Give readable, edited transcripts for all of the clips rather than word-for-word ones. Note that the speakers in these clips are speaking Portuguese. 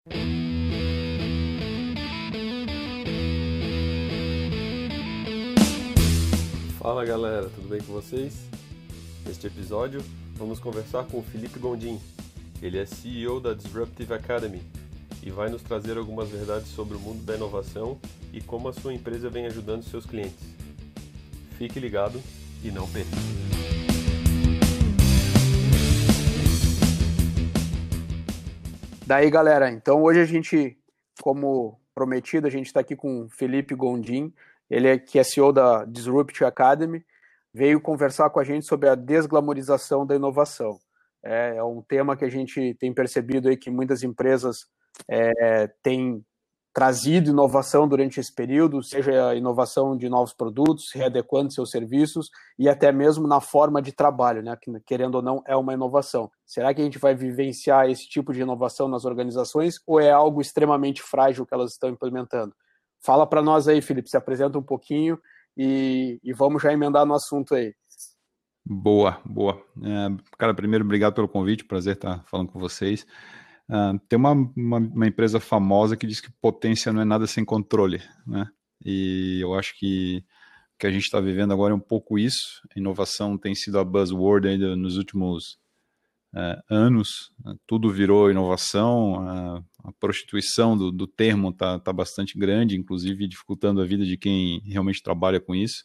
Fala galera, tudo bem com vocês? Neste episódio, vamos conversar com o Felipe Gondim. Ele é CEO da Disruptive Academy e vai nos trazer algumas verdades sobre o mundo da inovação e como a sua empresa vem ajudando seus clientes. Fique ligado e não perca! Daí galera, então hoje a gente, como prometido, a gente está aqui com o Felipe Gondim. Ele que é CEO da Disruptive Academy, veio conversar com a gente sobre a desglamorização da inovação. É um tema que a gente tem percebido aí que muitas empresas têm trazido inovação durante esse período, seja a inovação de novos produtos, readequando seus serviços e até mesmo na forma de trabalho, né? Que, querendo ou não, é uma inovação. Será que a gente vai vivenciar esse tipo de inovação nas organizações ou é algo extremamente frágil que elas estão implementando? Fala para nós aí, Felipe, se apresenta um pouquinho e vamos já emendar no assunto aí. Boa. Cara, primeiro, obrigado pelo convite, prazer estar falando com vocês. Tem uma empresa famosa que diz que potência não é nada sem controle, né? E eu acho que o que a gente está vivendo agora é um pouco isso. A inovação tem sido a buzzword ainda nos últimos anos, tudo virou inovação, a prostituição do termo está bastante grande, inclusive dificultando a vida de quem realmente trabalha com isso,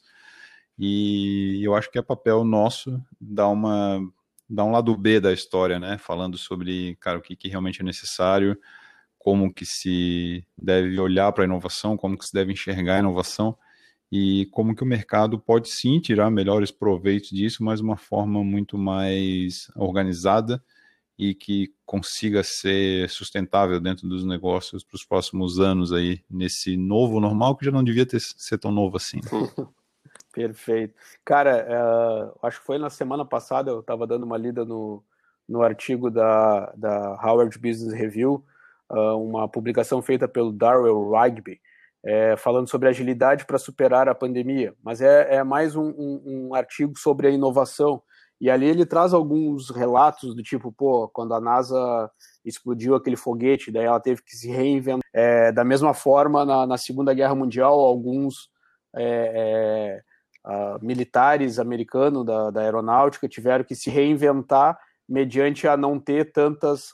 e eu acho que é papel nosso dar um lado B da história, né, falando sobre, cara, o que realmente é necessário, como que se deve olhar para a inovação, como que se deve enxergar a inovação, e como que o mercado pode sim tirar melhores proveitos disso, mas de uma forma muito mais organizada e que consiga ser sustentável dentro dos negócios para os próximos anos aí, nesse novo normal que já não devia ser tão novo assim. Perfeito. Cara, acho que foi na semana passada, eu estava dando uma lida no artigo da Harvard Business Review, uma publicação feita pelo Darrell Rigby, falando sobre agilidade para superar a pandemia, mas é mais um artigo sobre a inovação, e ali ele traz alguns relatos do tipo, quando a NASA explodiu aquele foguete, daí ela teve que se reinventar. Da mesma forma, na Segunda Guerra Mundial, alguns militares americanos da aeronáutica tiveram que se reinventar mediante a não ter tantas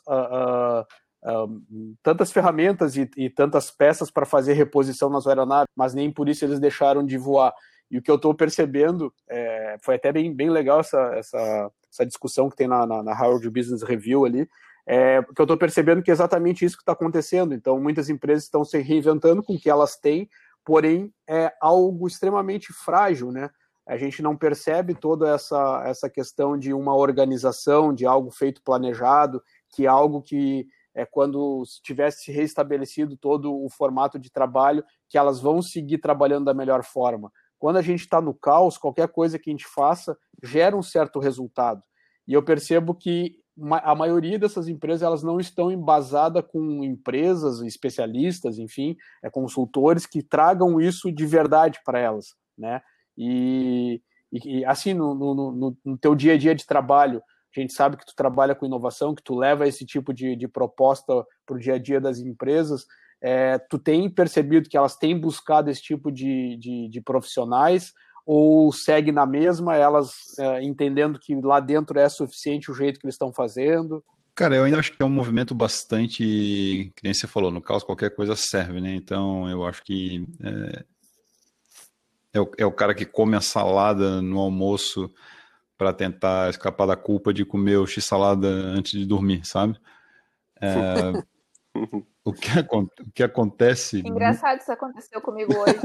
ferramentas e tantas peças para fazer reposição nas aeronaves, mas nem por isso eles deixaram de voar. E o que eu estou percebendo, foi até bem legal essa discussão que tem na Harvard Business Review ali, porque eu estou percebendo que é exatamente isso que está acontecendo. Então, muitas empresas estão se reinventando com o que elas têm, porém, é algo extremamente frágil, né? A gente não percebe toda essa questão de uma organização, de algo feito planejado, que é algo que quando tivesse reestabelecido todo o formato de trabalho, que elas vão seguir trabalhando da melhor forma. Quando a gente está no caos, qualquer coisa que a gente faça gera um certo resultado. E eu percebo que a maioria dessas empresas elas não estão embasadas com empresas, especialistas, enfim, consultores que tragam isso de verdade para elas, né? E assim, no teu dia a dia de trabalho, a gente sabe que tu trabalha com inovação, que tu leva esse tipo de proposta para o dia a dia das empresas. Tu tem percebido que elas têm buscado esse tipo de profissionais ou segue na mesma, elas entendendo que lá dentro é suficiente o jeito que eles estão fazendo? Cara, eu ainda acho que é um movimento bastante, que nem você falou, no caso qualquer coisa serve, né? Então eu acho que é o cara que come a salada no almoço para tentar escapar da culpa de comer o x-salada antes de dormir, sabe? O que acontece... Engraçado, isso aconteceu comigo hoje.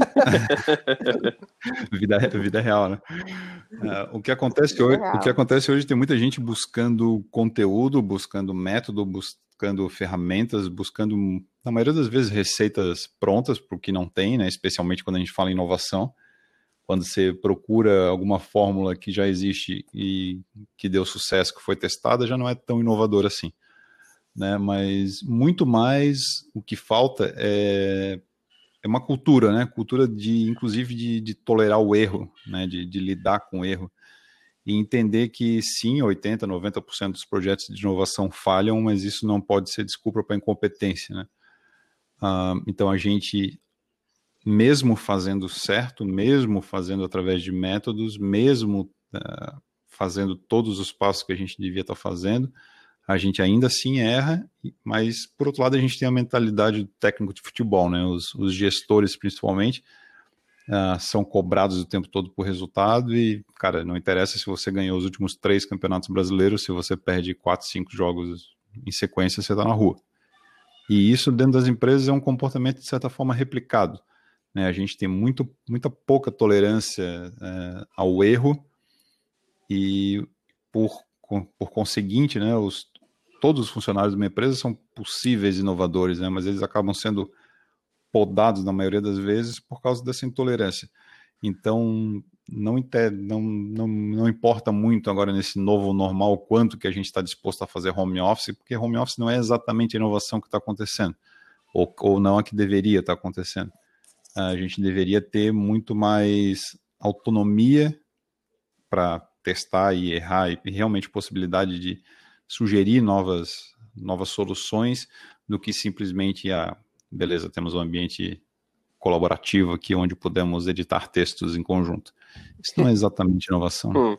Vida real, né? O que acontece hoje tem muita gente buscando conteúdo, buscando método, buscando ferramentas, buscando, na maioria das vezes, receitas prontas, porque não tem, né? Especialmente quando a gente fala em inovação. Quando você procura alguma fórmula que já existe e que deu sucesso, que foi testada, já não é tão inovador assim, né? Mas muito mais o que falta é uma cultura, né? Cultura inclusive de tolerar o erro, né? De lidar com o erro. e entender que sim, 80%, 90% dos projetos de inovação falham, mas isso não pode ser desculpa para incompetência, né? Então a gente, mesmo fazendo certo, mesmo fazendo através de métodos, mesmo fazendo todos os passos que a gente devia estar fazendo, a gente ainda assim erra, mas por outro lado a gente tem a mentalidade do técnico de futebol, né? Os gestores principalmente são cobrados o tempo todo por resultado e, cara, não interessa se você ganhou os últimos 3 campeonatos brasileiros, se você perde 4, 5 jogos em sequência, você está na rua. E isso dentro das empresas é um comportamento de certa forma replicado, né? A gente tem muita pouca tolerância ao erro e por conseguinte, né, todos os funcionários de uma empresa são possíveis inovadores, né, mas eles acabam sendo podados na maioria das vezes por causa dessa intolerância. Então, não importa muito agora nesse novo normal quanto que a gente está disposto a fazer home office, porque home office não é exatamente a inovação que está acontecendo, ou não a que deveria estar acontecendo. A gente deveria ter muito mais autonomia para testar e errar e realmente possibilidade de sugerir novas soluções do que simplesmente beleza, temos um ambiente colaborativo aqui onde podemos editar textos em conjunto. Isso não é exatamente inovação.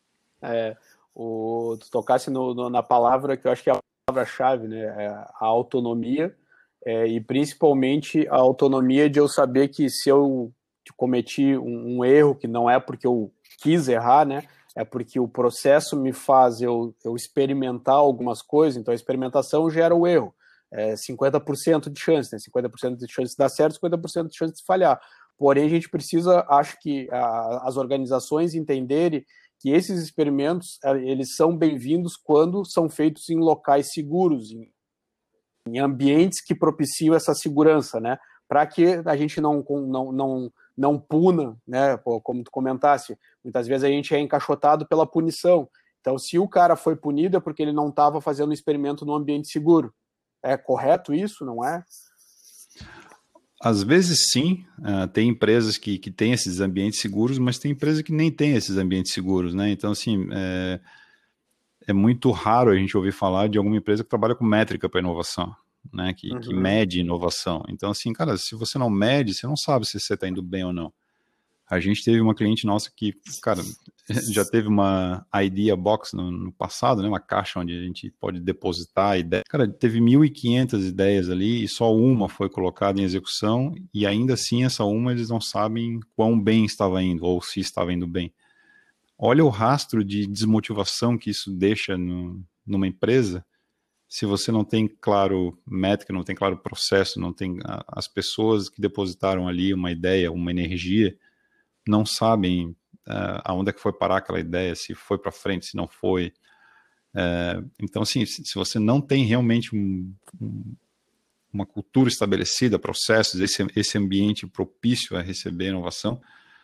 Tu tocasse na palavra que eu acho que é a palavra-chave, né? A autonomia, e principalmente a autonomia de eu saber que se eu cometi um erro, que não é porque eu quis errar, né? É porque o processo me faz eu experimentar algumas coisas, então a experimentação gera o erro. 50% de chance, né? 50% de chance de dar certo, 50% de chance de falhar. Porém, a gente precisa, acho que as organizações entenderem que esses experimentos, eles são bem-vindos quando são feitos em locais seguros, em ambientes que propiciam essa segurança, né? Para que a gente não puna, né? Como tu comentasse, muitas vezes a gente é encaixotado pela punição. Então, se o cara foi punido é porque ele não estava fazendo um experimento num ambiente seguro. É correto isso, não é? Às vezes sim, tem empresas que têm esses ambientes seguros, mas tem empresas que nem têm esses ambientes seguros, né? Então, assim, é muito raro a gente ouvir falar de alguma empresa que trabalha com métrica para inovação, né? Que mede inovação. Então, assim, cara, se você não mede, você não sabe se você está indo bem ou não. A gente teve uma cliente nossa que, cara, já teve uma idea box no passado, né? Uma caixa onde a gente pode depositar ideias. Cara, teve 1.500 ideias ali e só uma foi colocada em execução e ainda assim essa uma eles não sabem quão bem estava indo ou se estava indo bem. Olha o rastro de desmotivação que isso deixa numa empresa se você não tem claro métrica, não tem claro processo, não tem as pessoas que depositaram ali uma ideia, uma energia, não sabem aonde é que foi parar aquela ideia, se foi para frente, se não foi. Então, assim, se você não tem realmente uma cultura estabelecida, processos, esse ambiente propício a receber inovação,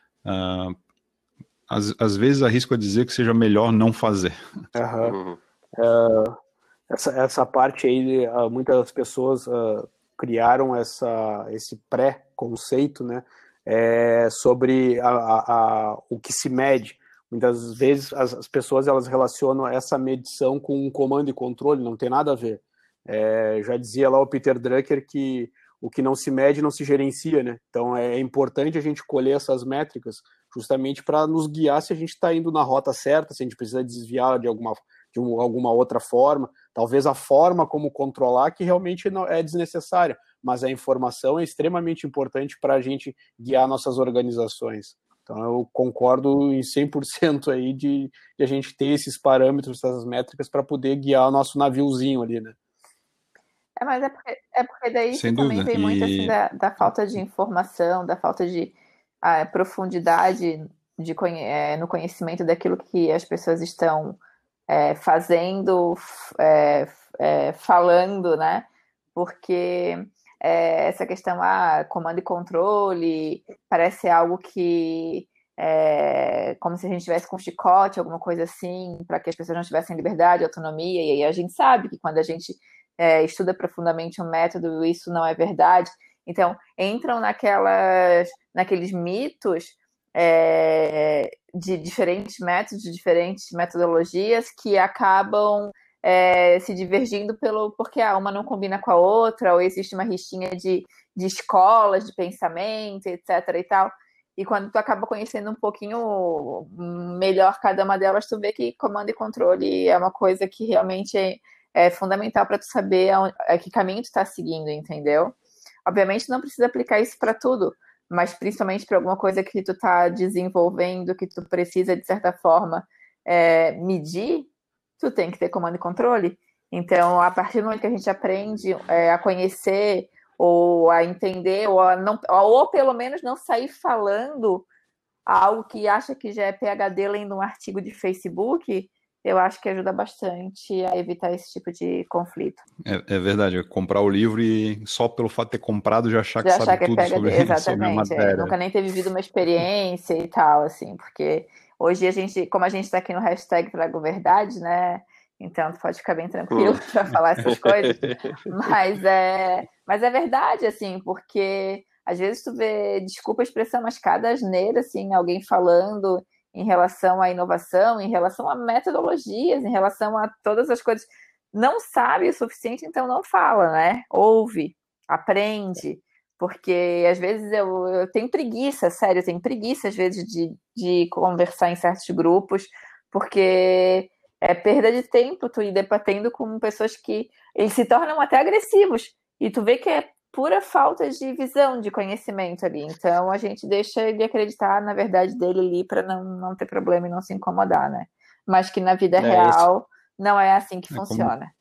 às vezes arrisco a dizer que seja melhor não fazer. Essa parte aí, muitas pessoas criaram esse pré-conceito, né? Sobre o que se mede. Muitas vezes as pessoas elas relacionam essa medição com um comando e controle, não tem nada a ver. Já dizia lá o Peter Drucker que o que não se mede não se gerencia, né? Então é importante a gente colher essas métricas justamente para nos guiar se a gente está indo na rota certa, se a gente precisa desviar de alguma outra forma, talvez a forma como controlar que realmente não é desnecessária, mas a informação é extremamente importante para a gente guiar nossas organizações. Então eu concordo em 100% aí de a gente ter esses parâmetros, essas métricas para poder guiar o nosso naviozinho ali, né? Mas é porque daí Sem também dúvida. vem muito assim da falta de informação, da falta de profundidade no conhecimento daquilo que as pessoas estão fazendo, falando, né? Porque essa questão, comando e controle, parece algo que como se a gente tivesse com chicote, alguma coisa assim, para que as pessoas não tivessem liberdade, autonomia, e aí a gente sabe que quando a gente estuda profundamente um método, isso não é verdade. Então, entram naqueles mitos de diferentes métodos, de diferentes metodologias que acabam se divergindo porque uma não combina com a outra, ou existe uma rixinha de escolas de pensamento, etc. e tal. E quando tu acaba conhecendo um pouquinho melhor cada uma delas, tu vê que comando e controle é uma coisa que realmente é fundamental para tu saber que caminho tu está seguindo, entendeu? Obviamente não precisa aplicar isso para tudo, mas principalmente para alguma coisa que tu está desenvolvendo, que tu precisa, de certa forma, medir, tu tem que ter comando e controle. Então, a partir do momento que a gente aprende a conhecer ou a entender, ou pelo menos não sair falando algo que acha que já é PhD lendo um artigo de Facebook, eu acho que ajuda bastante a evitar esse tipo de conflito. É verdade, comprar o livro e só pelo fato de ter comprado já achar que sabe tudo sobre a matéria. Nunca nem ter vivido uma experiência e tal, assim, porque hoje como a gente está aqui no hashtag Trago Verdade, né? Então, tu pode ficar bem tranquilo para falar essas coisas. Mas é verdade, assim, porque às vezes tu vê, desculpa a expressão, mas cada asneira, assim, alguém falando em relação à inovação, em relação a metodologias, em relação a todas as coisas. Não sabe o suficiente, então não fala, né? Ouve, aprende. Porque às vezes eu tenho preguiça, sério, eu tenho preguiça às vezes de conversar em certos grupos, porque é perda de tempo tu ir debatendo com pessoas que eles se tornam até agressivos, e tu vê que é pura falta de visão, de conhecimento ali. Então a gente deixa ele acreditar na verdade dele ali para não ter problema e não se incomodar, né? Mas que na vida real não é assim que funciona.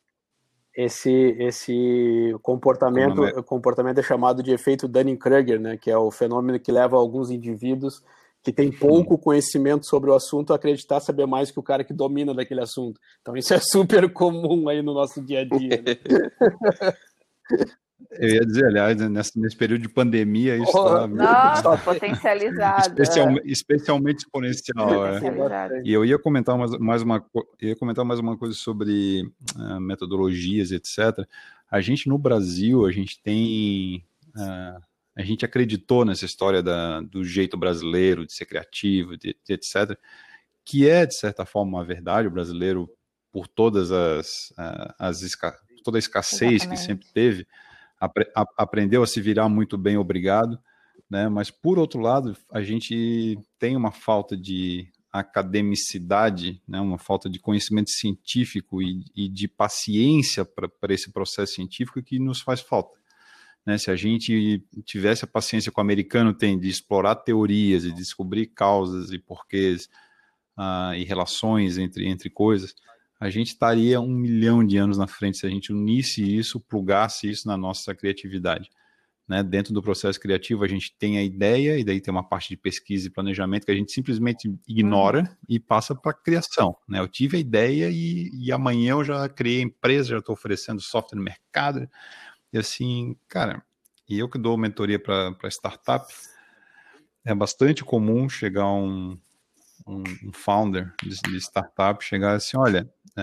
Esse comportamento é chamado de efeito Dunning-Kruger, né? Que é o fenômeno que leva alguns indivíduos que têm pouco conhecimento sobre o assunto a acreditar saber mais que o cara que domina daquele assunto. Então isso é super comum aí no nosso dia a dia, né? Eu ia dizer, aliás, nesse período de pandemia, isso está potencializado. Especialmente exponencial. E eu ia comentar mais uma coisa sobre metodologias, etc. A gente, no Brasil, a gente acreditou nessa história do jeito brasileiro, de ser criativo, etc., que é, de certa forma, uma verdade. O brasileiro, por toda a escassez que sempre teve, aprendeu a se virar muito bem, obrigado, né? Mas, por outro lado, a gente tem uma falta de academicidade, né? Uma falta de conhecimento científico e de paciência para esse processo científico que nos faz falta. Né? Se a gente tivesse a paciência que o americano tem de explorar teorias e descobrir causas e porquês e relações entre coisas, a gente estaria 1 milhão de anos na frente se a gente unisse isso, plugasse isso na nossa criatividade. Né? Dentro do processo criativo, a gente tem a ideia, e daí tem uma parte de pesquisa e planejamento que a gente simplesmente ignora e passa para a criação. Né? Eu tive a ideia e amanhã eu já criei a empresa, já estou oferecendo software no mercado. E assim, cara, e eu que dou mentoria para startup, é bastante comum chegar um founder de startup chegar assim, olha,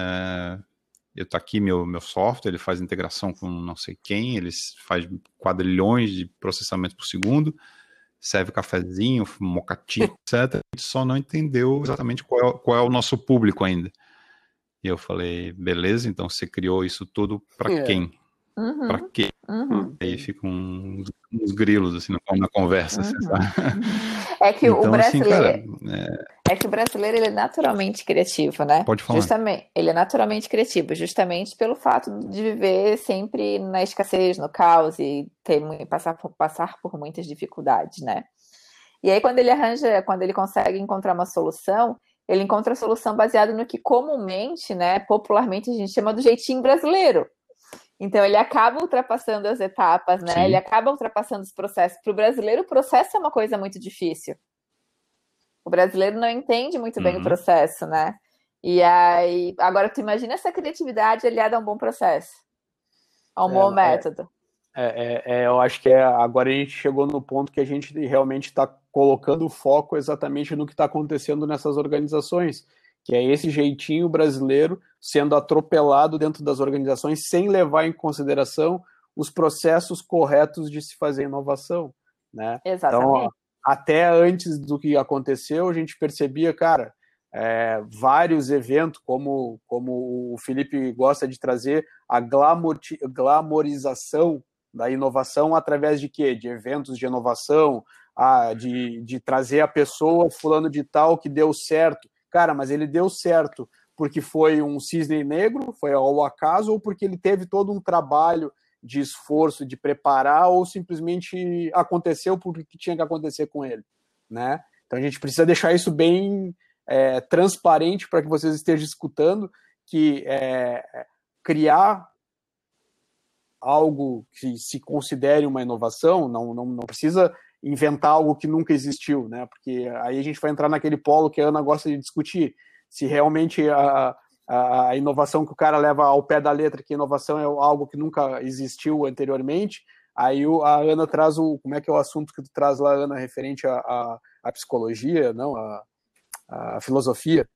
eu tô aqui meu software, ele faz integração com não sei quem, ele faz quadrilhões de processamento por segundo, serve cafezinho, mocatinho, etc. A gente só não entendeu exatamente qual é o nosso público ainda. E eu falei, beleza, então você criou isso tudo para quem? Uhum. Para quê? Uhum. Aí ficam uns grilos assim na conversa. Assim, sabe? É que então, o brasileiro assim, cara, é que o brasileiro ele é naturalmente criativo, né? Pode falar. Justamente, ele é naturalmente criativo, justamente pelo fato de viver sempre na escassez, no caos e passar por muitas dificuldades, né? E aí quando ele consegue encontrar uma solução, ele encontra a solução baseada no que comumente, né, popularmente a gente chama do jeitinho brasileiro. Então, ele acaba ultrapassando as etapas, né? Sim. Ele acaba ultrapassando os processos. Para o brasileiro, o processo é uma coisa muito difícil. O brasileiro não entende muito bem o processo, né? E aí, agora, tu imagina essa criatividade aliada a um bom processo, a um bom método. Eu acho que agora a gente chegou no ponto que a gente realmente está colocando o foco exatamente no que está acontecendo nessas organizações, que é esse jeitinho brasileiro sendo atropelado dentro das organizações sem levar em consideração os processos corretos de se fazer inovação, né? Exatamente. Então, até antes do que aconteceu, a gente percebia, cara, vários eventos, como o Felipe gosta de trazer, a glamorização da inovação através de quê? De eventos de inovação, de trazer a pessoa fulano de tal que deu certo. Cara, mas ele deu certo porque foi um cisne negro, foi ao acaso, ou porque ele teve todo um trabalho de esforço, de preparar, ou simplesmente aconteceu porque tinha que acontecer com ele, né? Então a gente precisa deixar isso bem transparente para que vocês estejam escutando, que criar algo que se considere uma inovação, não precisa inventar algo que nunca existiu, né? Porque aí a gente vai entrar naquele polo que a Ana gosta de discutir, se realmente a inovação que o cara leva ao pé da letra, que a inovação é algo que nunca existiu anteriormente, aí a Ana traz como é que é o assunto que tu traz lá, Ana, referente à psicologia, não, a filosofia?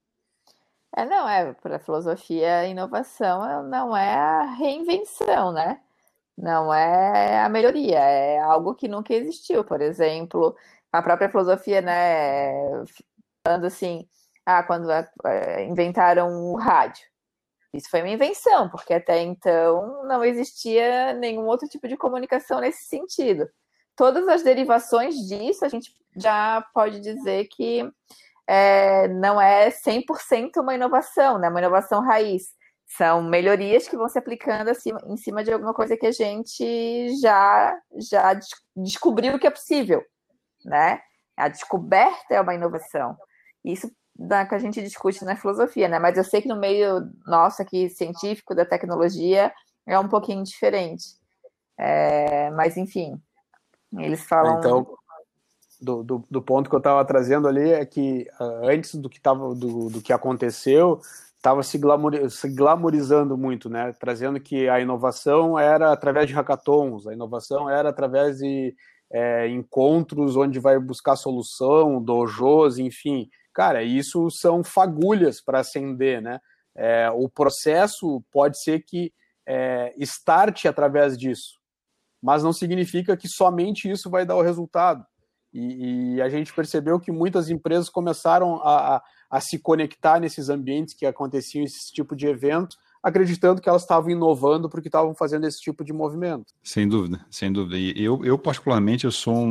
Para a filosofia, a inovação não é a reinvenção, né? Não é a melhoria, é algo que nunca existiu. Por exemplo, a própria filosofia, né, falando assim, quando inventaram o rádio. Isso foi uma invenção, porque até então não existia nenhum outro tipo de comunicação nesse sentido. Todas as derivações disso, a gente já pode dizer que não é 100% uma inovação, né? Uma inovação raiz. São melhorias que vão se aplicando em cima de alguma coisa que a gente já descobriu que é possível, né? A descoberta é uma inovação. Isso que a gente discute na filosofia, né? Mas eu sei que no meio nosso aqui, científico, da tecnologia, é um pouquinho diferente. Mas, enfim, eles falam... Então, do ponto que eu estava trazendo ali é que antes do que aconteceu, estava se glamorizando muito, né? Trazendo que a inovação era através de hackathons, a inovação era através de encontros onde vai buscar solução, dojos, enfim. Cara, isso são fagulhas para acender, né? O processo pode ser que starte através disso, mas não significa que somente isso vai dar o resultado. E a gente percebeu que muitas empresas começaram a se conectar nesses ambientes que aconteciam esse tipo de evento, acreditando que elas estavam inovando porque estavam fazendo esse tipo de movimento. Sem dúvida, sem dúvida. E eu particularmente, eu sou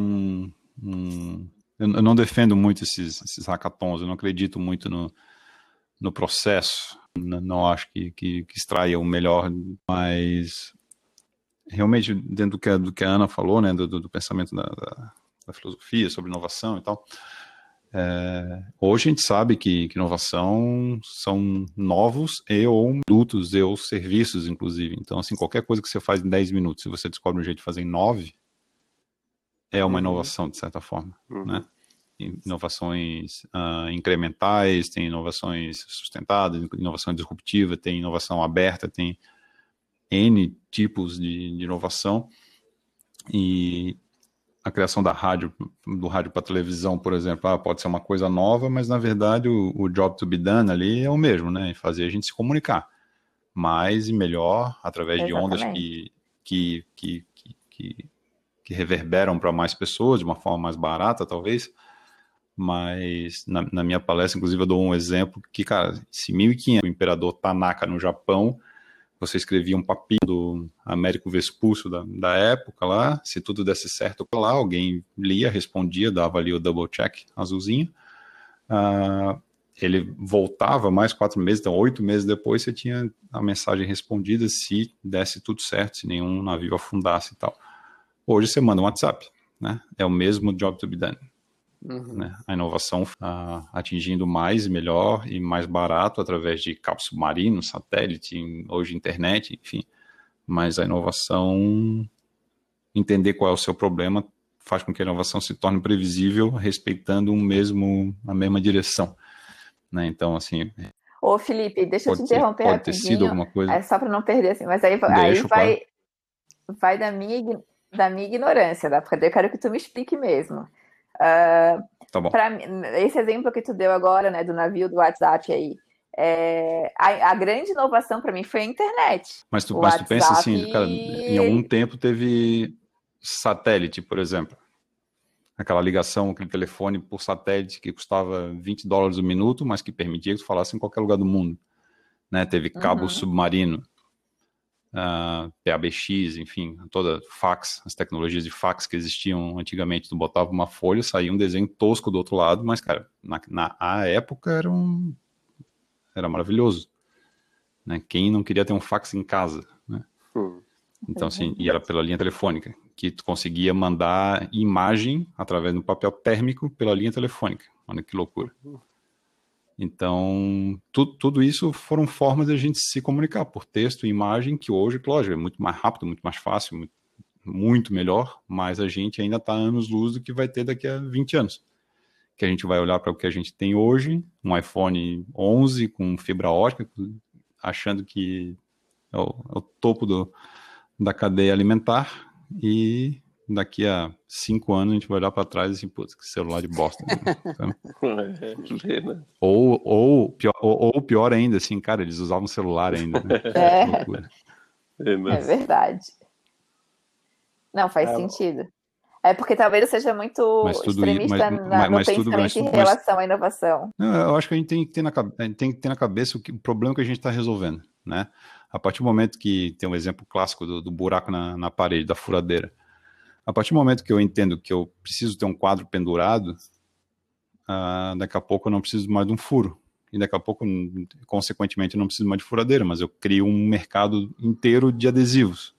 eu não defendo muito esses hackathons, eu não acredito muito no processo, não acho que extraia o melhor, mas realmente, dentro do que a Ana falou, né, do pensamento da filosofia sobre inovação e tal, hoje a gente sabe que inovação são novos ou produtos ou serviços, inclusive. Então, assim, qualquer coisa que você faz em 10 minutos, se você descobre um jeito de fazer em 9, é uma inovação, de certa forma, né? Inovações incrementais, tem inovações sustentadas, inovação disruptiva, tem inovação aberta, tem N tipos de inovação. E a criação do rádio para televisão, por exemplo, pode ser uma coisa nova, mas na verdade o job to be done ali é o mesmo, né? Fazer a gente se comunicar mais e melhor através de ondas que reverberam para mais pessoas de uma forma mais barata, talvez. Mas na minha palestra, inclusive, eu dou um exemplo que, cara, se 1500 o imperador Tanaka no Japão, você escrevia um papinho do Américo Vespúcio da época lá, se tudo desse certo lá, alguém lia, respondia, dava ali o double check azulzinho, ele voltava mais 4 meses, então 8 meses depois você tinha a mensagem respondida se desse tudo certo, se nenhum navio afundasse e tal. Hoje você manda um WhatsApp, né? É o mesmo job to be done. Né? A inovação atingindo mais, melhor e mais barato através de cabo submarino, satélite, hoje internet, enfim. Mas a inovação, entender qual é o seu problema, faz com que a inovação se torne previsível, respeitando a mesma direção. Né? Então, assim... Ô, Felipe, deixa eu te interromper pode rapidinho. Ter sido alguma coisa. Só para não perder, assim, mas aí vai da minha ignorância, tá? Porque eu quero que tu me explique mesmo. Tá bom. Esse exemplo que tu deu agora, né, do navio do WhatsApp aí, a grande inovação para mim foi a internet. Mas tu pensa assim, cara, em algum tempo teve satélite, por exemplo. aquela ligação, aquele telefone por satélite que custava $20 o minuto, mas que permitia que tu falasse em qualquer lugar do mundo, né? Teve cabo submarino, PABX, enfim, toda fax, as tecnologias de fax que existiam antigamente, tu botava uma folha, saía um desenho tosco do outro lado, mas, cara, na época era maravilhoso, né? Quem não queria ter um fax em casa, né? Então, assim, e era pela linha telefônica, que tu conseguia mandar imagem através do papel térmico pela linha telefônica. Olha que loucura. Então, tudo isso foram formas de a gente se comunicar por texto e imagem, que hoje, lógico, é muito mais rápido, muito mais fácil, muito melhor, mas a gente ainda está anos-luz do que vai ter daqui a 20 anos. Que a gente vai olhar para o que a gente tem hoje, um iPhone 11 com fibra ótica, achando que é o topo da cadeia alimentar, e daqui a 5 anos a gente vai olhar para trás e assim, putz, que celular de bosta. Né? Ou pior ainda, assim, cara, eles usavam celular ainda, né? Loucura. É verdade. Não, faz sentido. É porque talvez eu seja muito extremista no pensamento em relação à inovação. Eu acho que a gente tem que ter na cabeça o problema que a gente está resolvendo, né? A partir do momento que tem um exemplo clássico do buraco na parede, da furadeira. A partir do momento que eu entendo que eu preciso ter um quadro pendurado, daqui a pouco eu não preciso mais de um furo. E daqui a pouco, consequentemente, eu não preciso mais de furadeira, mas eu crio um mercado inteiro de adesivos.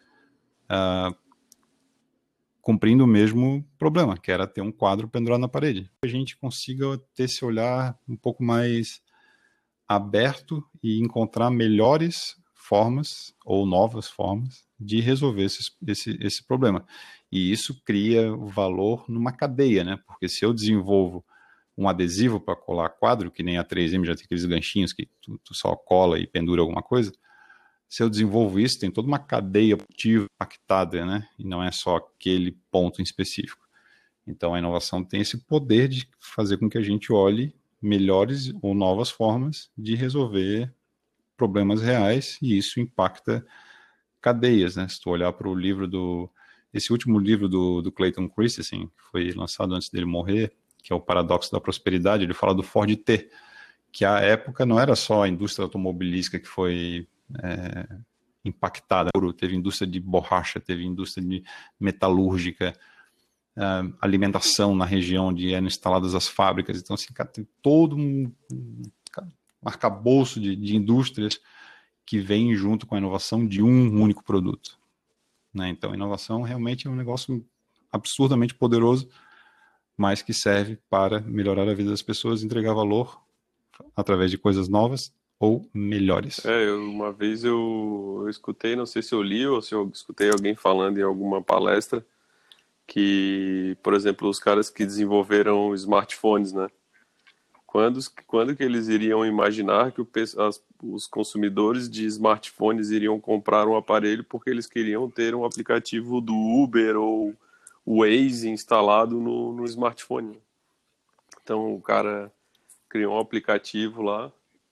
Cumprindo o mesmo problema, que era ter um quadro pendurado na parede. A gente consiga ter esse olhar um pouco mais aberto e encontrar melhores formas ou novas formas de resolver esse problema. E isso cria valor numa cadeia, né? Porque se eu desenvolvo um adesivo para colar quadro, que nem a 3M já tem aqueles ganchinhos que tu só cola e pendura alguma coisa, se eu desenvolvo isso, tem toda uma cadeia produtiva impactada, né? E não é só aquele ponto em específico. Então a inovação tem esse poder de fazer com que a gente olhe melhores ou novas formas de resolver problemas reais, e isso impacta cadeias, né? Se tu olhar para o livro esse último livro do Clayton Christensen, que foi lançado antes dele morrer, que é o Paradoxo da Prosperidade, ele fala do Ford T, que à época não era só a indústria automobilística que foi impactada, teve indústria de borracha, teve indústria de metalúrgica, alimentação na região onde eram instaladas as fábricas. Então, assim, cara, tem todo um arcabouço de indústrias que vem junto com a inovação de um único produto, né? Então, a inovação realmente é um negócio absurdamente poderoso, mas que serve para melhorar a vida das pessoas, entregar valor através de coisas novas ou melhores. Uma vez eu escutei, não sei se eu li ou se eu escutei alguém falando em alguma palestra, que, por exemplo, os caras que desenvolveram smartphones, né? Quando que eles iriam imaginar que os consumidores de smartphones iriam comprar um aparelho porque eles queriam ter um aplicativo do Uber ou o Waze instalado no smartphone? Então o cara criou um aplicativo lá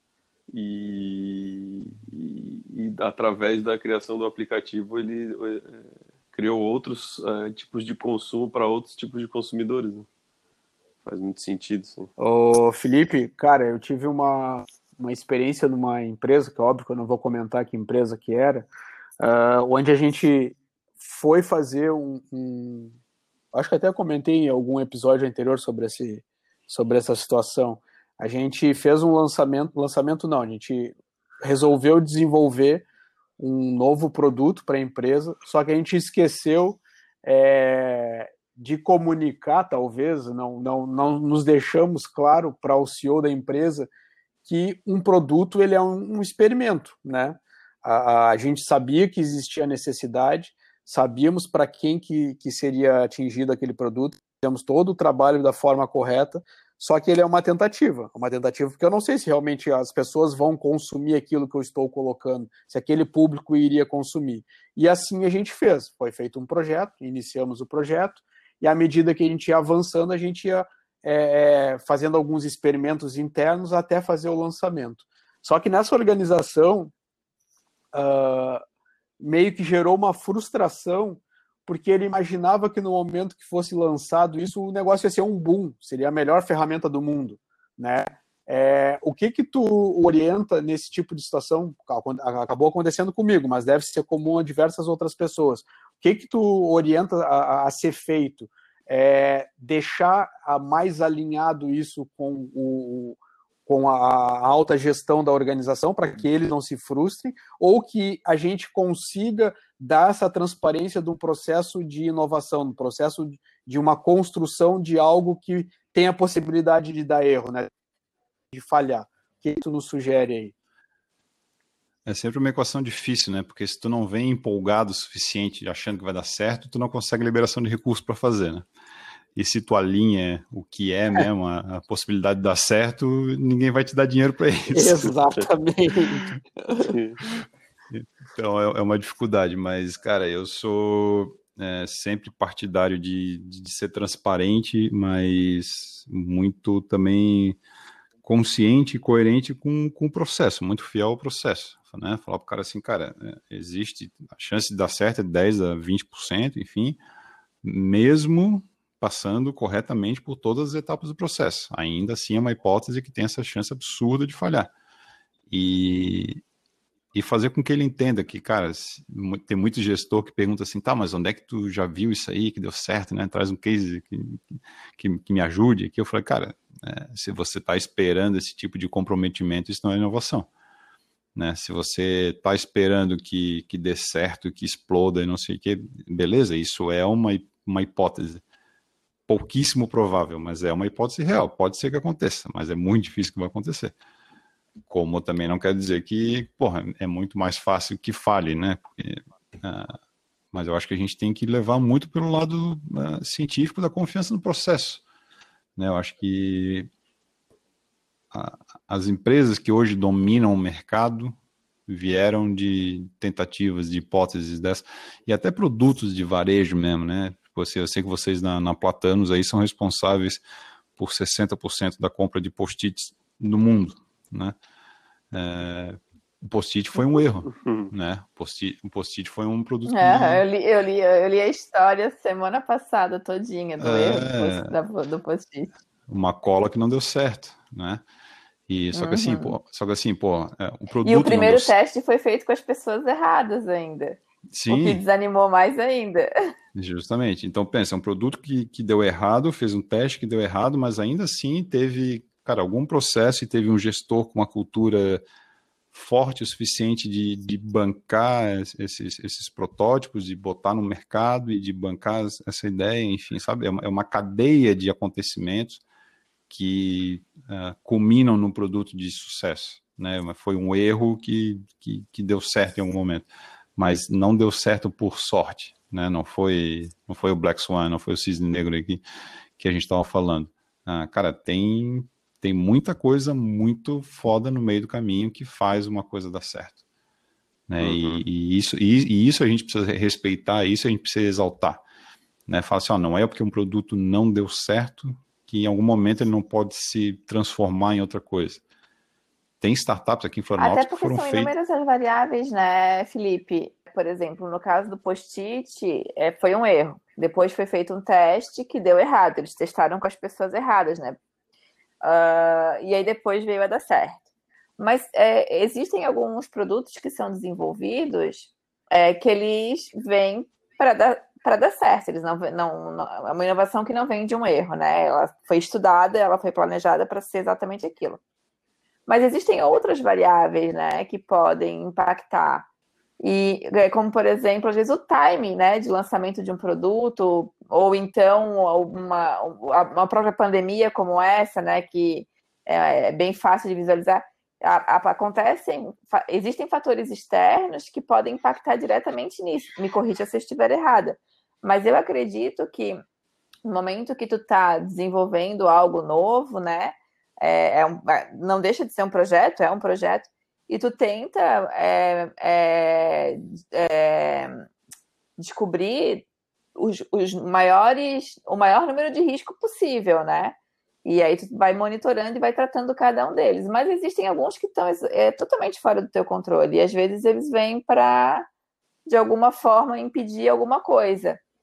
e através da criação do aplicativo ele criou outros tipos de consumo para outros tipos de consumidores, né? Faz muito sentido, sim. Ô, Felipe, cara, eu tive uma experiência numa empresa, que é óbvio que eu não vou comentar que empresa que era, onde a gente foi fazer acho que até comentei em algum episódio anterior sobre essa situação. A gente fez um lançamento não, a gente resolveu desenvolver um novo produto para a empresa, só que a gente esqueceu de comunicar, talvez, não nos deixamos claro para o CEO da empresa que um produto ele é um experimento, né? A gente sabia que existia necessidade, sabíamos para quem que seria atingido aquele produto, fizemos todo o trabalho da forma correta, só que ele é uma tentativa porque eu não sei se realmente as pessoas vão consumir aquilo que eu estou colocando, se aquele público iria consumir. E assim a gente fez, foi feito um projeto, iniciamos o projeto, e à medida que a gente ia avançando, a gente ia fazendo alguns experimentos internos até fazer o lançamento. Só que nessa organização, meio que gerou uma frustração, porque ele imaginava que no momento que fosse lançado isso, o negócio ia ser um boom, seria a melhor ferramenta do mundo, né? O que tu orienta nesse tipo de situação? Acabou acontecendo comigo, mas deve ser comum a diversas outras pessoas. O que tu orienta a ser feito? Deixar mais alinhado isso com a alta gestão da organização, para que eles não se frustrem, ou que a gente consiga dar essa transparência do processo de inovação, do processo de uma construção de algo que tem a possibilidade de dar erro, né? De falhar. O que tu nos sugere aí? É sempre uma equação difícil, né? Porque se tu não vem empolgado o suficiente, achando que vai dar certo, tu não consegue liberação de recursos para fazer, né? E se tu alinha o que é mesmo a possibilidade de dar certo, ninguém vai te dar dinheiro para isso. Exatamente. Então é uma dificuldade, mas, cara, eu sou sempre partidário de ser transparente, mas muito também consciente e coerente com o processo, muito fiel ao processo, né? Falar pro cara assim, cara, existe a chance de dar certo é 10 a 20%, enfim, mesmo passando corretamente por todas as etapas do processo. Ainda assim é uma hipótese que tem essa chance absurda de falhar. E fazer com que ele entenda que, cara, tem muito gestor que pergunta assim, tá, mas onde é que tu já viu isso aí que deu certo, né? Traz um case que me ajude. Que eu falei, cara, se você está esperando esse tipo de comprometimento, isso não é inovação. Né? Se você está esperando que dê certo, que exploda e não sei o que, beleza, isso é uma hipótese. Pouquíssimo provável, mas é uma hipótese real. Pode ser que aconteça, mas é muito difícil que vai acontecer. Como também não quer dizer que, porra, é muito mais fácil que falhe, né? Mas eu acho que a gente tem que levar muito pelo lado científico da confiança no processo. Né? Eu acho que as empresas que hoje dominam o mercado vieram de tentativas, de hipóteses dessas, e até produtos de varejo mesmo, né? Eu sei que vocês na Platanos aí são responsáveis por 60% da compra de post-its no mundo, né? O post-it foi um erro, né? O post-it foi um produto eu li a história semana passada todinha do erro do post-it. Uma cola que não deu certo, né? E só que assim, o produto. E o primeiro teste foi feito com as pessoas erradas ainda. Sim. O que desanimou mais ainda. Justamente. Então, pensa, é um produto que deu errado, fez um teste que deu errado, mas ainda assim teve, cara, algum processo e teve um gestor com uma cultura forte o suficiente de bancar esses protótipos, de botar no mercado e de bancar essa ideia, enfim, sabe? É uma cadeia de acontecimentos que culminam num produto de sucesso, né? Foi um erro que deu certo em algum momento, mas não deu certo por sorte, né? Não foi o Black Swan, não foi o cisne negro aqui que a gente estava falando. Cara, tem muita coisa muito foda no meio do caminho que faz uma coisa dar certo, né? Uhum. E isso a gente precisa respeitar, isso a gente precisa exaltar, né? Falar assim, não é porque um produto não deu certo que em algum momento ele não pode se transformar em outra coisa. Tem startups aqui em Florianópolis que foram feitas... Até porque são inúmeras as variáveis, né, Felipe? Por exemplo, no caso do post-it, foi um erro. Depois foi feito um teste que deu errado. Eles testaram com as pessoas erradas, né? E aí depois veio a dar certo. Mas existem alguns produtos que são desenvolvidos que eles vêm para dar certo. Eles não, é uma inovação que não vem de um erro, né? Ela foi estudada, ela foi planejada para ser exatamente aquilo. Mas existem outras variáveis, né, que podem impactar. E como, por exemplo, às vezes o timing, né, de lançamento de um produto, ou então uma própria pandemia como essa, né, que é bem fácil de visualizar. Existem fatores externos que podem impactar diretamente nisso. Me corrija se eu estiver errada. Mas eu acredito que no momento que tu está desenvolvendo algo novo, né, não deixa de ser um projeto, é um projeto, e tu tenta descobrir o maior número de risco possível, né? E aí tu vai monitorando e vai tratando cada um deles. Mas existem alguns que estão totalmente fora do teu controle, e às vezes eles vêm para, de alguma forma, impedir alguma coisa.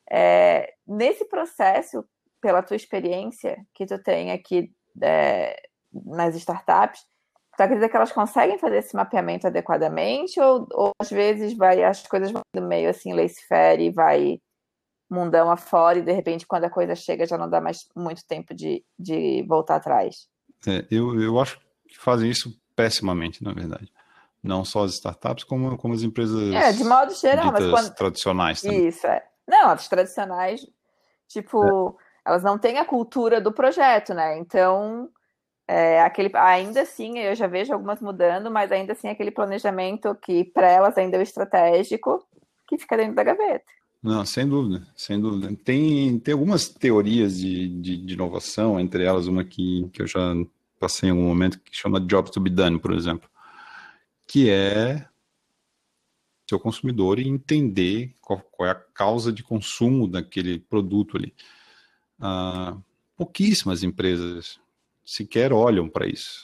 Nesse processo, pela tua experiência que tu tem aqui nas startups, tu acredita que elas conseguem fazer esse mapeamento adequadamente ou às vezes as coisas vão do meio assim, laissez-faire e vai mundão afora e de repente quando a coisa chega já não dá mais muito tempo de voltar atrás? Eu acho que fazem isso pessimamente, na verdade. Não só as startups, como as empresas de modo geral, mas tradicionais também. Isso, Não, as tradicionais, tipo, elas não têm a cultura do projeto, né? Então, ainda assim, eu já vejo algumas mudando, mas ainda assim aquele planejamento que para elas ainda é o estratégico, que fica dentro da gaveta. Não, sem dúvida, sem dúvida. Tem algumas teorias de inovação, entre elas uma que eu já passei em algum momento, que chama Job to be Done, por exemplo, que é seu consumidor e entender qual é a causa de consumo daquele produto ali. Pouquíssimas empresas sequer olham para isso.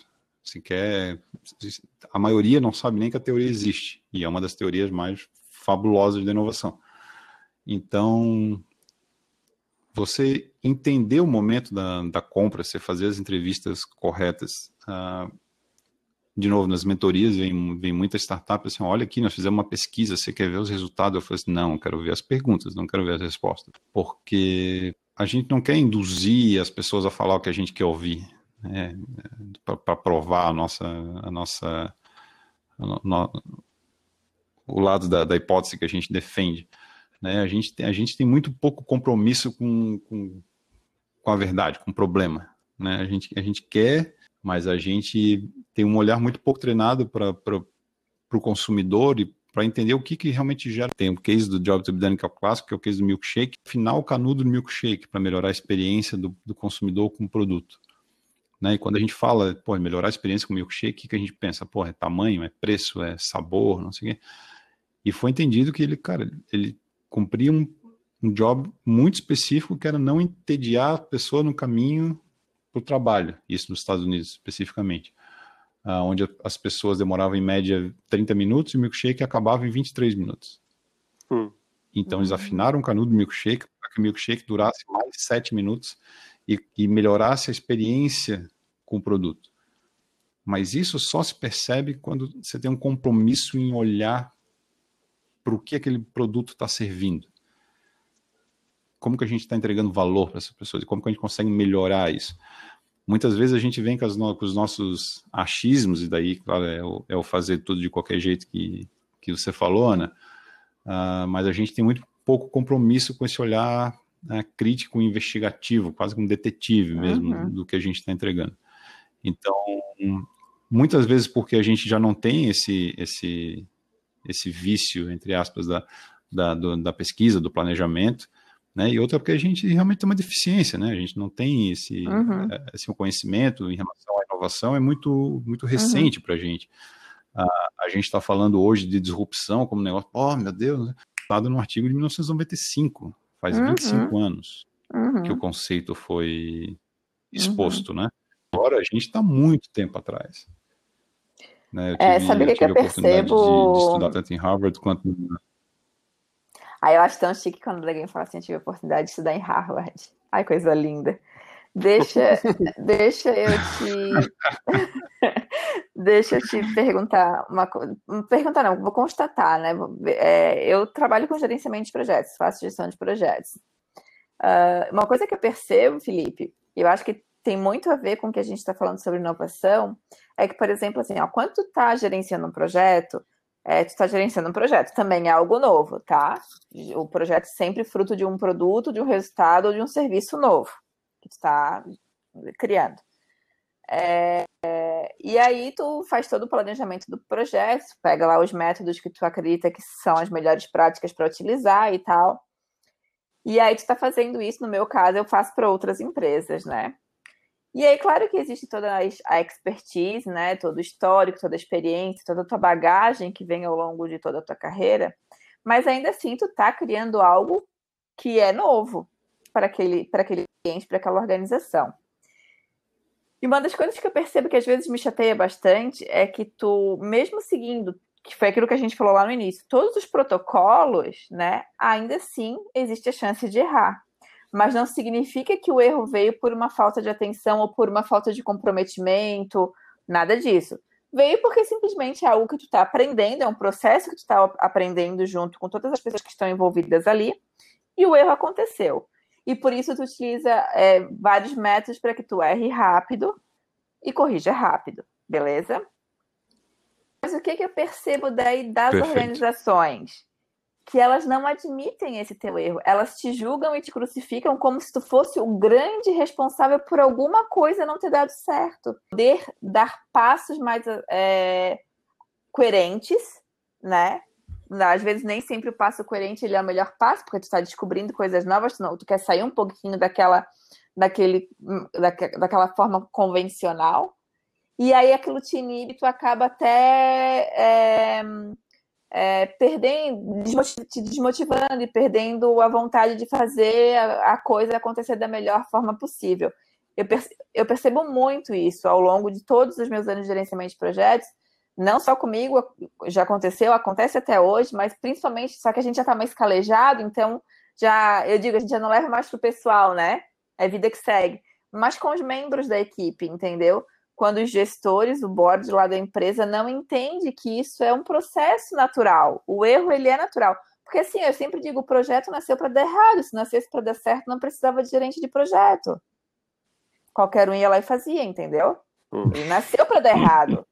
A maioria não sabe nem que a teoria existe, e é uma das teorias mais fabulosas da inovação. Então, você entender o momento da compra, você fazer as entrevistas corretas. De novo, nas mentorias vem muita startup assim, olha aqui, nós fizemos uma pesquisa, você quer ver os resultados? Eu falei assim, não, eu quero ver as perguntas, não quero ver as respostas. Porque a gente não quer induzir as pessoas a falar o que a gente quer ouvir, para provar o lado da hipótese que a gente defende. Né? A gente tem muito pouco compromisso com a verdade, com o problema. Né? A gente quer, mas a gente tem um olhar muito pouco treinado para o consumidor e para entender o que realmente gera. Tem o case do Job to be Done, que é o clássico, que é o case do milkshake. Afinal, o canudo do milkshake, para melhorar a experiência do consumidor com o produto. Né? E quando a gente fala, melhorar a experiência com o milkshake, o que a gente pensa? É tamanho, é preço, é sabor, não sei o quê. E foi entendido que ele cumpria um job muito específico, que era não entediar a pessoa no caminho para o trabalho, isso nos Estados Unidos especificamente, onde as pessoas demoravam em média 30 minutos e o milkshake acabava em 23 minutos. Então eles afinaram o canudo do milkshake para que o milkshake durasse mais 7 minutos e melhorasse a experiência com o produto. Mas isso só se percebe quando você tem um compromisso em olhar para o que aquele produto está servindo. Como que a gente está entregando valor para essas pessoas e como que a gente consegue melhorar isso. Muitas vezes a gente vem com os nossos achismos, e daí, claro, é o fazer tudo de qualquer jeito que você falou, Ana, mas a gente tem muito pouco compromisso com esse olhar crítico, investigativo, quase como detetive mesmo, do que a gente está entregando. Então, muitas vezes porque a gente já não tem esse vício, entre aspas, da pesquisa, do planejamento, né? E outra porque a gente realmente tem uma deficiência, né? A gente não tem esse conhecimento em relação à inovação, é muito, muito recente para a gente. A gente está falando hoje de disrupção como negócio, meu Deus, estado num artigo de 1995, faz 25 anos que o conceito foi exposto, né? Agora a gente está muito tempo atrás. Né? Sabe o que eu percebo? De estudar tanto em Harvard quanto... Eu acho tão chique quando alguém fala assim, eu tive a oportunidade de estudar em Harvard. Ai, coisa linda. Deixa eu te perguntar uma coisa. Perguntar não, vou constatar, né? Eu trabalho com gerenciamento de projetos, faço gestão de projetos. Uma coisa que eu percebo, Felipe, eu acho que tem muito a ver com o que a gente está falando sobre inovação, é que, por exemplo, assim, quando tu está gerenciando um projeto, tu está gerenciando um projeto, também é algo novo, tá? O projeto é sempre fruto de um produto, de um resultado ou de um serviço novo que tu está criando. E aí tu faz todo o planejamento do projeto, pega lá os métodos que tu acredita que são as melhores práticas para utilizar e tal. E aí tu está fazendo isso, no meu caso, eu faço para outras empresas, né? E aí, claro que existe toda a expertise, né? Todo o histórico, toda a experiência, toda a tua bagagem que vem ao longo de toda a tua carreira, mas ainda assim tu tá criando algo que é novo para aquele cliente, para aquela organização. E uma das coisas que eu percebo que às vezes me chateia bastante é que tu, mesmo seguindo que foi aquilo que a gente falou lá no início, todos os protocolos, né, ainda assim existe a chance de errar. Mas não significa que o erro veio por uma falta de atenção ou por uma falta de comprometimento, nada disso. Veio porque simplesmente é algo que tu está aprendendo, é um processo que tu está aprendendo junto com todas as pessoas que estão envolvidas ali, e o erro aconteceu. E por isso tu utiliza vários métodos para que tu erre rápido e corrija rápido, beleza? Mas o que eu percebo daí das organizações? Que elas não admitem esse teu erro. Elas te julgam e te crucificam como se tu fosse o grande responsável por alguma coisa não ter dado certo. Poder dar passos mais coerentes, né? Às vezes nem sempre o passo coerente ele é o melhor passo, porque tu está descobrindo coisas novas, tu quer sair um pouquinho daquela forma convencional, e aí aquilo te inibe, tu acaba até te desmotivando e perdendo a vontade de fazer a coisa acontecer da melhor forma possível. Eu percebo muito isso ao longo de todos os meus anos de gerenciamento de projetos, não só comigo, já acontece até hoje, mas principalmente, só que a gente já está mais calejado, então a gente já não leva mais pro pessoal, né? É vida que segue. Mas com os membros da equipe, entendeu? Quando os gestores, o board lá da empresa não entende que isso é um processo natural. O erro, ele é natural. Porque assim, eu sempre digo, o projeto nasceu para dar errado. Se nascesse para dar certo, não precisava de gerente de projeto. Qualquer um ia lá e fazia, entendeu? Ele nasceu para dar errado.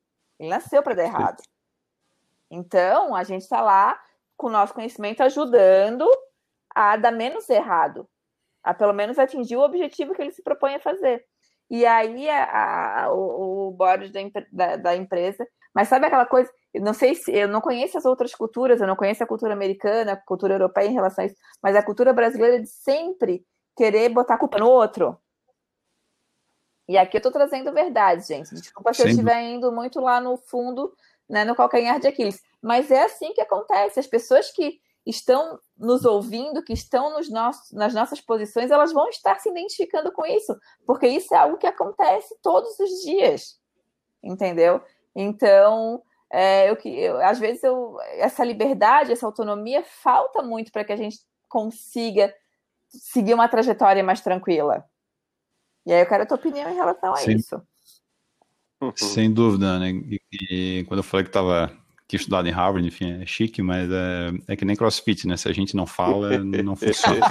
Então, a gente está lá com o nosso conhecimento ajudando a dar menos errado. A pelo menos atingir o objetivo que ele se propõe a fazer. E aí o board da empresa, mas sabe aquela coisa, eu não conheço as outras culturas, eu não conheço a cultura americana, a cultura europeia em relação a isso, mas a cultura brasileira de sempre querer botar a culpa no outro. E aqui eu estou trazendo verdade, gente. Desculpa se eu estiver indo muito lá no fundo, né, no calcanhar de Aquiles. Mas é assim que acontece. As pessoas que estão nos ouvindo, que estão nas nossas posições, elas vão estar se identificando com isso, porque isso é algo que acontece todos os dias, entendeu? Então, às vezes, essa liberdade, essa autonomia falta muito para que a gente consiga seguir uma trajetória mais tranquila. E aí eu quero a tua opinião em relação a isso. Sem dúvida, né? E quando eu falei que tinha estudado em Harvard, enfim, é chique, mas é que nem CrossFit, né? Se a gente não fala, não funciona.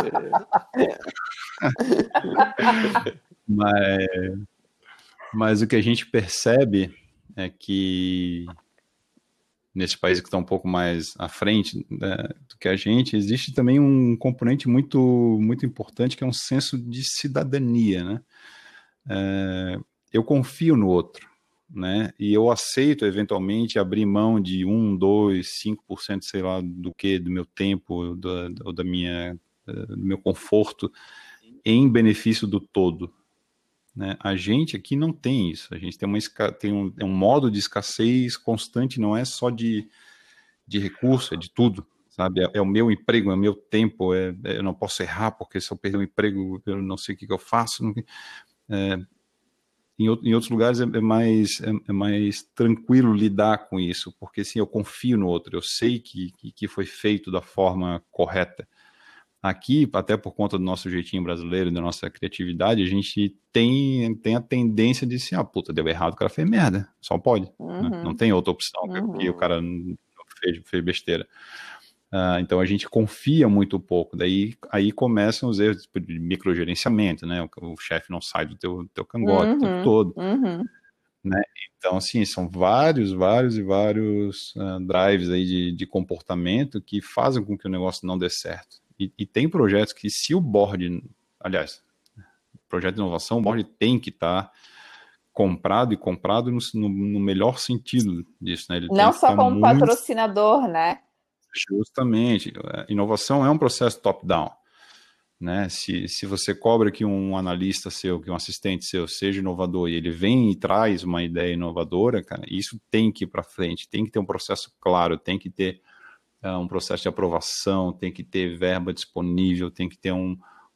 Mas o que a gente percebe é que nesses países que estão um pouco mais à frente, né, do que a gente, existe também um componente muito, muito importante, que é um senso de cidadania, né? Eu confio no outro, né? E eu aceito, eventualmente, abrir mão de 1, 2, 5%, sei lá, do meu tempo, do meu conforto, em benefício do todo. Né? A gente aqui não tem isso. A gente tem um modo de escassez constante, não é só de recurso, é de tudo. Sabe? É o meu emprego, é o meu tempo, eu não posso errar, porque se eu perder o emprego, eu não sei o que eu faço. Em outros lugares é mais tranquilo lidar com isso, porque assim, eu confio no outro, eu sei que foi feito da forma correta. Aqui, até por conta do nosso jeitinho brasileiro, da nossa criatividade, a gente tem a tendência de assim, puta, deu errado, o cara fez merda, só pode. Né? Não tem outra opção, porque o cara fez besteira. Então a gente confia muito pouco, aí começam os erros de microgerenciamento, né? O chefe não sai do teu cangote o tempo todo. Né? Então, assim, são vários drives aí de comportamento que fazem com que o negócio não dê certo. E tem projetos que, se o board, aliás, projeto de inovação, o board tem que estar comprado no melhor sentido disso, né? Ele não só como patrocinador, né? Justamente. Inovação é um processo top-down. Né? Se você cobra que um analista seu, que um assistente seu seja inovador e ele vem e traz uma ideia inovadora, cara, isso tem que ir para frente, tem que ter um processo claro, tem que ter um processo de aprovação, tem que ter verba disponível, tem que ter um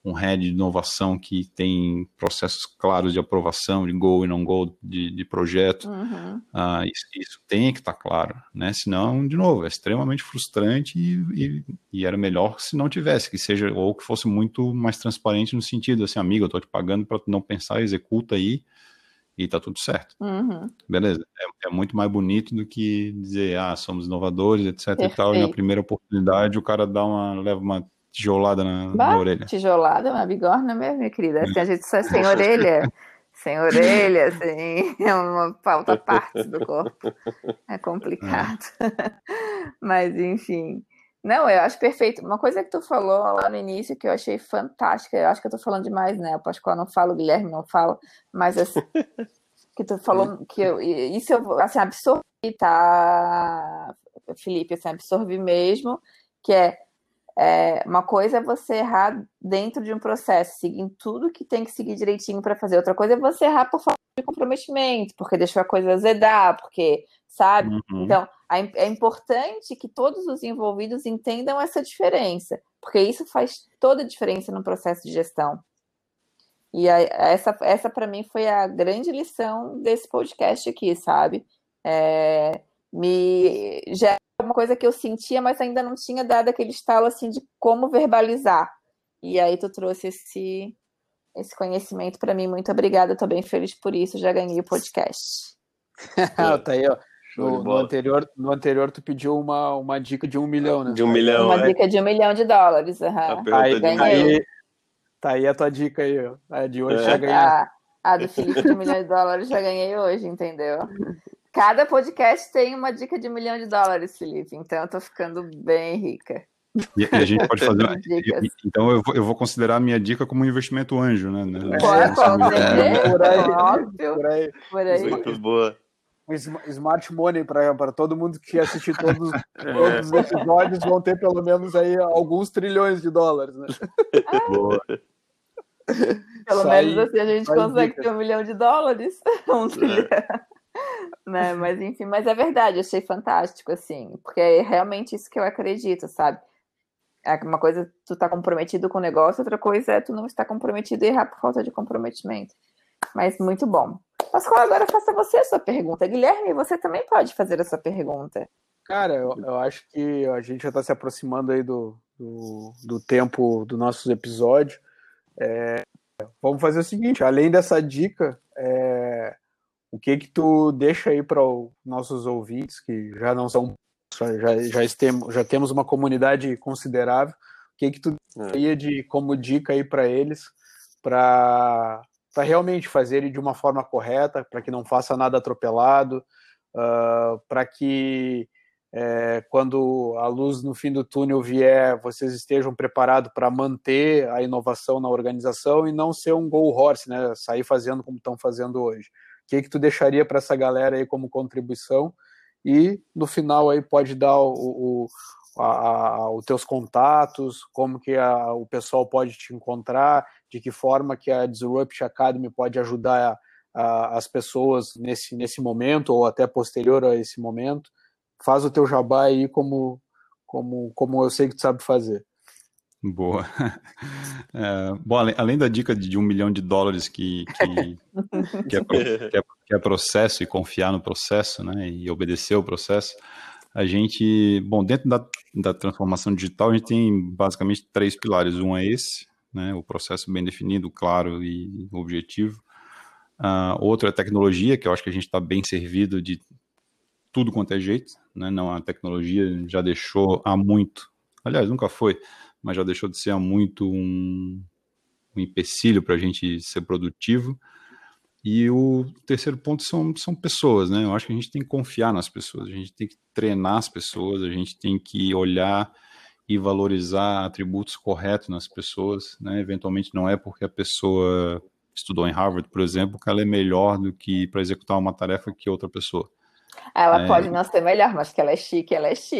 um head de inovação que tem processos claros de aprovação, de go e não go de projeto. Isso tem que estar claro, né? Senão, de novo, é extremamente frustrante e era melhor se não tivesse, que seja, ou que fosse muito mais transparente no sentido assim, amigo, eu estou te pagando para não pensar, executa aí e tá tudo certo. Beleza, é muito mais bonito do que dizer, somos inovadores, etc. Perfeito. E tal, e na primeira oportunidade o cara leva uma tijolada na orelha. Tijolada, uma bigorna mesmo, minha querida. Assim, a gente só sem orelha, sem uma falta parte do corpo. É complicado. Mas, enfim. Não, eu acho perfeito. Uma coisa que tu falou lá no início que eu achei fantástica, eu acho que eu tô falando demais, né? O Pascoal não fala, o Guilherme não fala, mas assim, que tu falou que isso eu assim, absorvi, tá, Felipe? Assim, absorvi mesmo, que uma coisa é você errar dentro de um processo, seguindo tudo que tem que seguir direitinho para fazer. Outra coisa é você errar por falta de comprometimento, porque deixou a coisa azedar, porque, sabe? Então, é importante que todos os envolvidos entendam essa diferença, porque isso faz toda a diferença no processo de gestão. E essa para mim foi a grande lição desse podcast aqui, sabe? Já é uma coisa que eu sentia, mas ainda não tinha dado aquele estalo assim de como verbalizar. E aí tu trouxe esse conhecimento para mim. Muito obrigada, estou bem feliz por isso. Já ganhei o podcast. Tá aí, ó. No anterior tu pediu uma dica de 1 milhão, né? De 1 milhão, Uma dica de $1 milhão. Tá aí a tua dica aí, ó. A de hoje já ganhei. A do Felipe de $1 milhão já ganhei hoje, entendeu? Cada podcast tem uma dica de $1 milhão, Felipe. Então eu tô ficando bem rica. E a gente pode fazer. Então eu vou considerar a minha dica como um investimento anjo, né? Por aí. Muito boa. Smart Money para todo mundo que assistir todos os episódios vão ter pelo menos aí alguns trilhões de dólares, né? Boa. Pelo menos assim a gente consegue ter $1 milhão. Um trilhão. Né? Mas enfim, mas é verdade, achei fantástico, assim, porque é realmente isso que eu acredito, sabe? Uma coisa é tu tá comprometido com o negócio, outra coisa é tu não estar comprometido e errar por falta de comprometimento. Mas muito bom. Pascoal, agora faça você a sua pergunta. Guilherme, você também pode fazer a sua pergunta. Cara, eu acho que a gente já está se aproximando aí do tempo do nosso episódio. Vamos fazer o seguinte, além dessa dica, o que tu deixa aí para os nossos ouvintes, que já não são, já temos uma comunidade considerável, o que tu daria como dica aí para eles, para realmente fazerem de uma forma correta, para que não faça nada atropelado, para que quando a luz no fim do túnel vier, vocês estejam preparados para manter a inovação na organização e não ser um go horse, né? Sair fazendo como estão fazendo hoje. O que tu deixaria para essa galera aí como contribuição? E no final aí pode dar os teus contatos, como que o pessoal pode te encontrar, de que forma que a Disrupt Academy pode ajudar as pessoas nesse momento ou até posterior a esse momento. Faz o teu jabá aí como eu sei que tu sabe fazer. Boa. Bom, além da dica de $1 milhão que é processo e confiar no processo, né, e obedecer o processo, a gente, dentro da transformação digital, a gente tem basicamente 3 pilares. Um é esse, né, o processo bem definido, claro e objetivo. Outro é tecnologia, que eu acho que a gente está bem servido de tudo quanto é jeito, né? Não, a tecnologia já deixou há muito, aliás, nunca foi, mas já deixou de ser há muito um empecilho para a gente ser produtivo. E o terceiro ponto são pessoas, né? Eu acho que a gente tem que confiar nas pessoas, a gente tem que treinar as pessoas, a gente tem que olhar e valorizar atributos corretos nas pessoas, né? Eventualmente não é porque a pessoa estudou em Harvard, por exemplo, que ela é melhor do que para executar uma tarefa que outra pessoa. Ela pode não ser melhor, mas que ela é chique.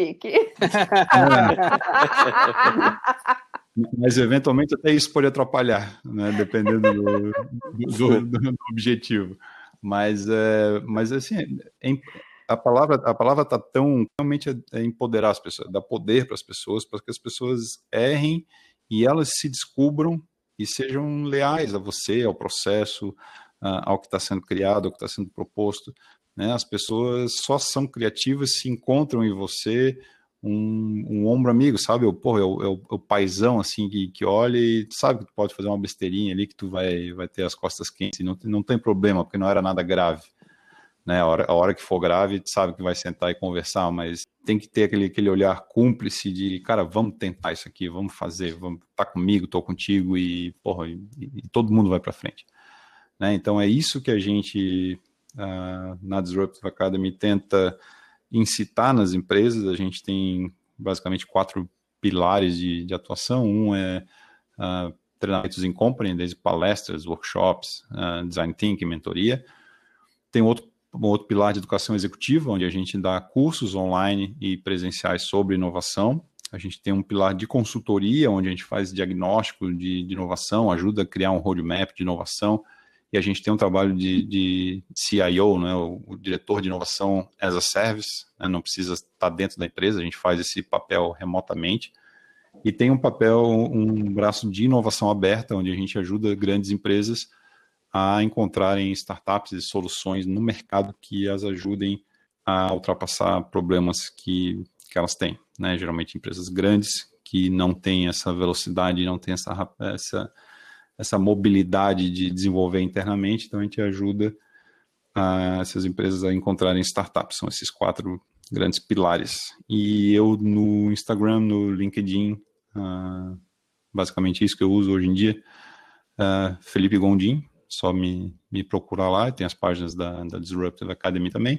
Mas eventualmente até isso pode atrapalhar, né? Dependendo do objetivo. Mas assim, a palavra está tão realmente empoderar as pessoas, dar poder para as pessoas, para que as pessoas errem e elas se descubram e sejam leais a você, ao processo, ao que está sendo criado, ao que está sendo proposto, né? As pessoas só são criativas se encontram em você um ombro amigo, sabe? É o paizão, assim, que olha e sabe que tu pode fazer uma besteirinha ali, que tu vai ter as costas quentes, e não tem problema, porque não era nada grave, né? A hora que for grave, tu sabe que vai sentar e conversar, mas tem que ter aquele olhar cúmplice de, cara, vamos tentar isso aqui, vamos fazer, vamos tá comigo, tô contigo, e todo mundo vai para frente, né? Então é isso que a gente na Disruptive Academy tenta incitar nas empresas. A gente tem basicamente 4 pilares de atuação. Um é treinamentos em company, desde palestras, workshops, design thinking, mentoria. Tem um outro pilar de educação executiva, onde a gente dá cursos online e presenciais sobre inovação. A gente tem um pilar de consultoria, onde a gente faz diagnóstico de inovação, ajuda a criar um roadmap de inovação. E a gente tem um trabalho de CIO, né, o diretor de inovação as a service, né, não precisa estar dentro da empresa, a gente faz esse papel remotamente. E tem um braço de inovação aberta, onde a gente ajuda grandes empresas a encontrarem startups e soluções no mercado que as ajudem a ultrapassar problemas que elas têm, né? Geralmente empresas grandes que não têm essa velocidade, não têm essa mobilidade de desenvolver internamente, então a gente ajuda essas empresas a encontrarem startups. São esses 4 grandes pilares. E eu no Instagram, no LinkedIn, basicamente isso que eu uso hoje em dia, Felipe Gondim, só me procurar lá, tem as páginas da Disruptive Academy também.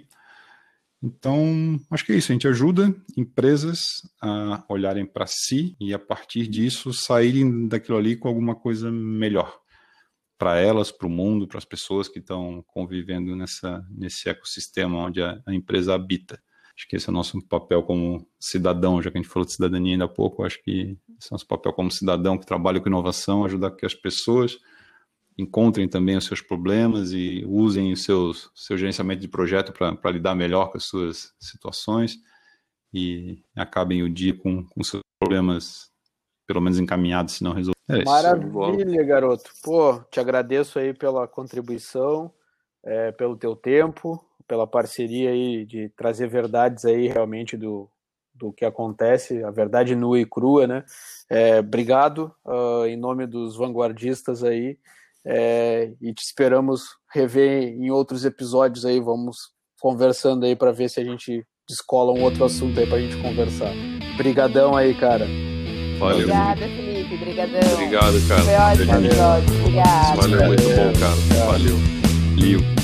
Então, acho que é isso, a gente ajuda empresas a olharem para si e a partir disso saírem daquilo ali com alguma coisa melhor para elas, para o mundo, para as pessoas que estão convivendo nesse ecossistema onde a empresa habita. Acho que esse é o nosso papel como cidadão, já que a gente falou de cidadania ainda há pouco, acho que esse é o nosso papel como cidadão que trabalha com inovação, ajudar que as pessoas encontrem também os seus problemas e usem o seu gerenciamento de projeto para lidar melhor com as suas situações e acabem o dia com seus problemas pelo menos encaminhados, se não resolvidos. Maravilha, garoto. Pô, te agradeço aí pela contribuição, pelo teu tempo, pela parceria aí de trazer verdades aí realmente do que acontece, a verdade nua e crua, né? Obrigado em nome dos vanguardistas aí. E te esperamos rever em outros episódios aí, vamos conversando aí para ver se a gente descola um outro assunto aí pra gente conversar. Brigadão aí, cara. Valeu. Obrigada, Felipe, brigadão. Obrigado, cara. Foi ótimo episódio, obrigado. Valeu, muito bom, cara. Valeu.